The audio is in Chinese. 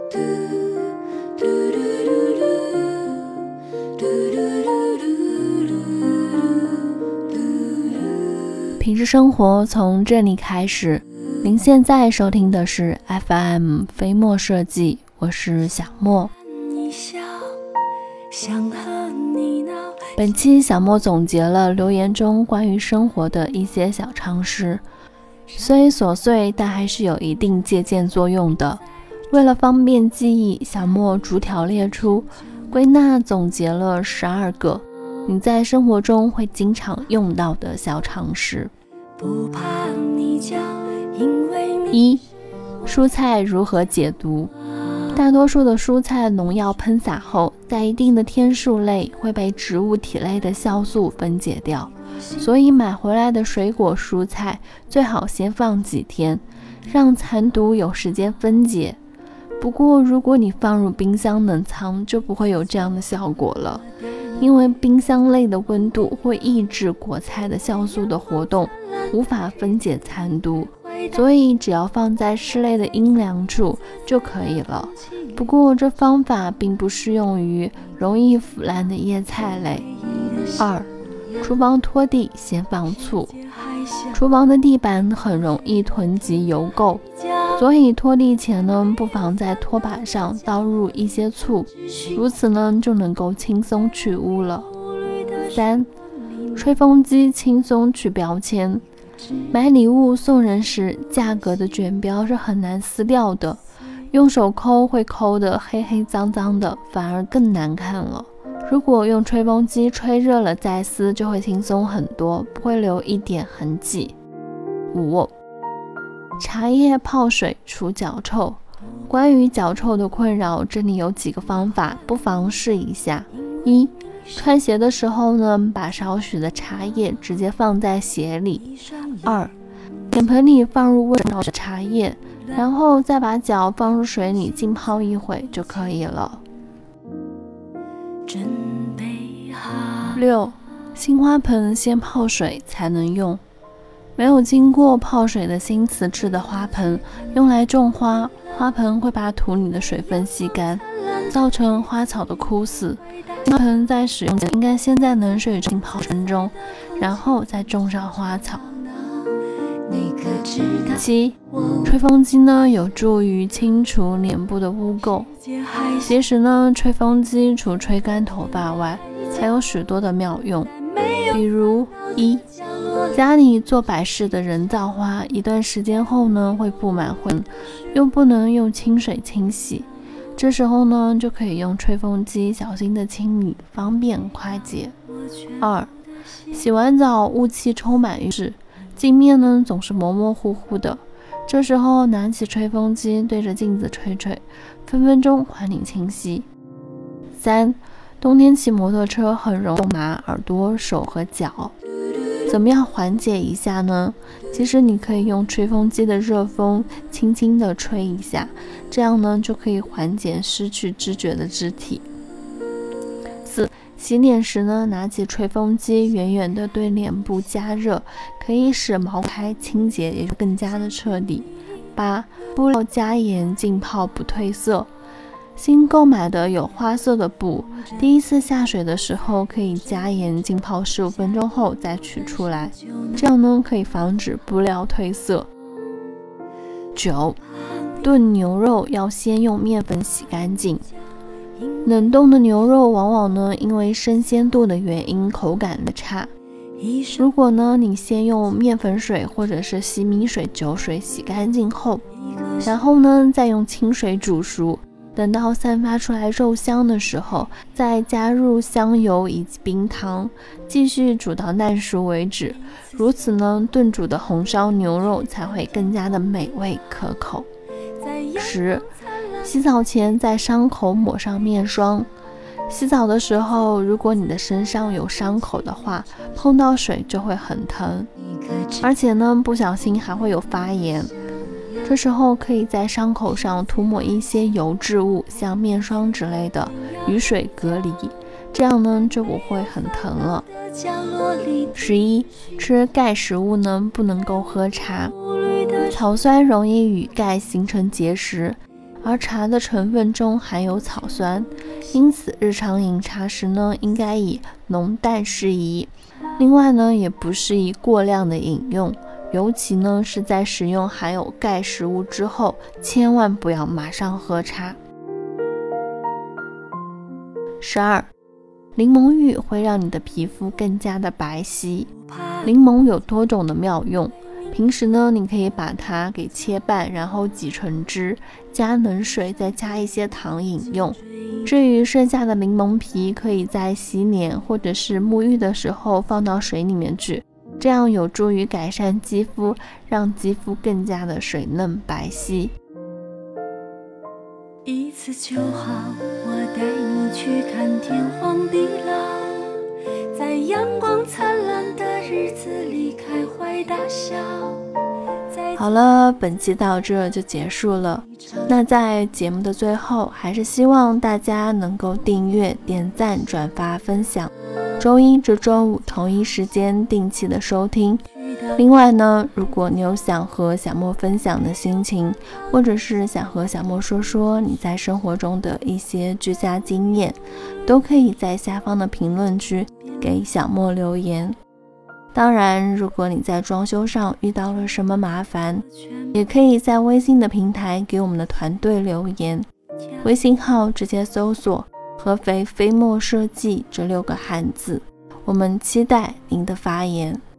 品质生活从这里开始。您现在收听的是 FM 飞墨设计，我是小莫。本期小莫总结了留言中关于生活的一些小常识，虽琐碎，但还是有一定借鉴作用的。为了方便记忆，小莫逐条列出，归纳总结了12个你在生活中会经常用到的小常识。1. 蔬菜如何解毒？大多数的蔬菜农药喷洒后，在一定的天数内会被植物体内的酵素分解掉，所以买回来的水果蔬菜最好先放几天，让残毒有时间分解。不过如果你放入冰箱冷藏，就不会有这样的效果了，因为冰箱内的温度会抑制果菜的酵素的活动，无法分解残毒，所以只要放在室内的阴凉处就可以了。不过这方法并不适用于容易腐烂的叶菜类。2. 厨房拖地先放醋。厨房的地板很容易囤积油垢，所以拖地前呢，不妨在拖把上倒入一些醋，如此呢就能够轻松去污了。3. 吹风机轻松去标签。买礼物送人时，价格的卷标是很难撕掉的，用手抠会抠得黑黑脏脏的，反而更难看了。如果用吹风机吹热了再撕，就会轻松很多，不会留一点痕迹。5. 茶叶泡水除脚臭。关于脚臭的困扰，这里有几个方法，不妨试一下。1. 穿鞋的时候呢，把少许的茶叶直接放在鞋里。2. 脸盆里放入温热的茶叶，然后再把脚放入水里浸泡一会就可以了。6. 新花盆先泡水才能用。没有经过泡水的新瓷质的花盆用来种花，花盆会把土里的水分吸干，造成花草的枯死。花盆在使用前应该先在冷水中浸泡10分钟，然后再种上花草。7. 吹风机呢有助于清除脸部的污垢，其实呢吹风机除吹干头发外，还有许多的妙用，比如1. 家里做摆饰的人造花，一段时间后呢会布满灰，又不能用清水清洗，这时候呢就可以用吹风机小心的清理，方便快捷。2. 洗完澡雾气充满浴室，镜面呢总是模模糊糊的，这时候拿起吹风机对着镜子吹吹，分分钟还你清晰。3. 冬天骑摩托车很容易麻耳朵、手和脚，怎么样缓解一下呢？其实你可以用吹风机的热风轻轻地吹一下，这样呢就可以缓解失去知觉的肢体。4. 洗脸时呢，拿起吹风机远远地对脸部加热，可以使毛开清洁也就更加的彻底。8. 布料加盐浸泡不褪色。新购买的有花色的布，第一次下水的时候可以加盐浸泡15分钟后再取出来，这样呢可以防止布料褪色。9. 炖牛肉要先用面粉洗干净。冷冻的牛肉往往呢因为生鲜度的原因口感的差，如果呢你先用面粉水或者是洗米水、酒水洗干净后，然后呢再用清水煮熟，等到散发出来肉香的时候，再加入香油以及冰糖，继续煮到烂熟为止。如此呢，炖煮的红烧牛肉才会更加的美味可口。10. 洗澡前在伤口抹上面霜。洗澡的时候，如果你的身上有伤口的话，碰到水就会很疼，而且呢，不小心还会有发炎。这时候可以在伤口上涂抹一些油质物，像面霜之类的，与水隔离，这样呢就不会很疼了。11. 吃钙食物呢不能够喝茶，草酸容易与钙形成结石， 而茶的成分中含有草酸，因此日常饮茶时呢，应该以浓淡适宜。另外呢，也不适宜过量的饮用，尤其呢是在食用含有钙食物之后，千万不要马上喝茶。12. 柠檬浴会让你的皮肤更加的白皙。柠檬有多种的妙用，平时呢，你可以把它给切半，然后挤成汁，加冷水，再加一些糖饮用。至于剩下的柠檬皮，可以在洗脸或者是沐浴的时候放到水里面去，这样有助于改善肌肤，让肌肤更加的水嫩白皙。 一次就好，我带你去看天荒地老，在阳光灿烂的日子里开怀大笑。 好了，本期到这就结束了。那在节目的最后，还是希望大家能够订阅、点赞、转发、分享，周一至周五同一时间定期的收听。另外呢，如果你有想和小莫分享的心情，或者是想和小莫说说你在生活中的一些居家经验，都可以在下方的评论区给小莫留言。当然，如果你在装修上遇到了什么麻烦，也可以在微信的平台给我们的团队留言，微信号直接搜索合肥飞墨设计这6个汉字，我们期待您的发言。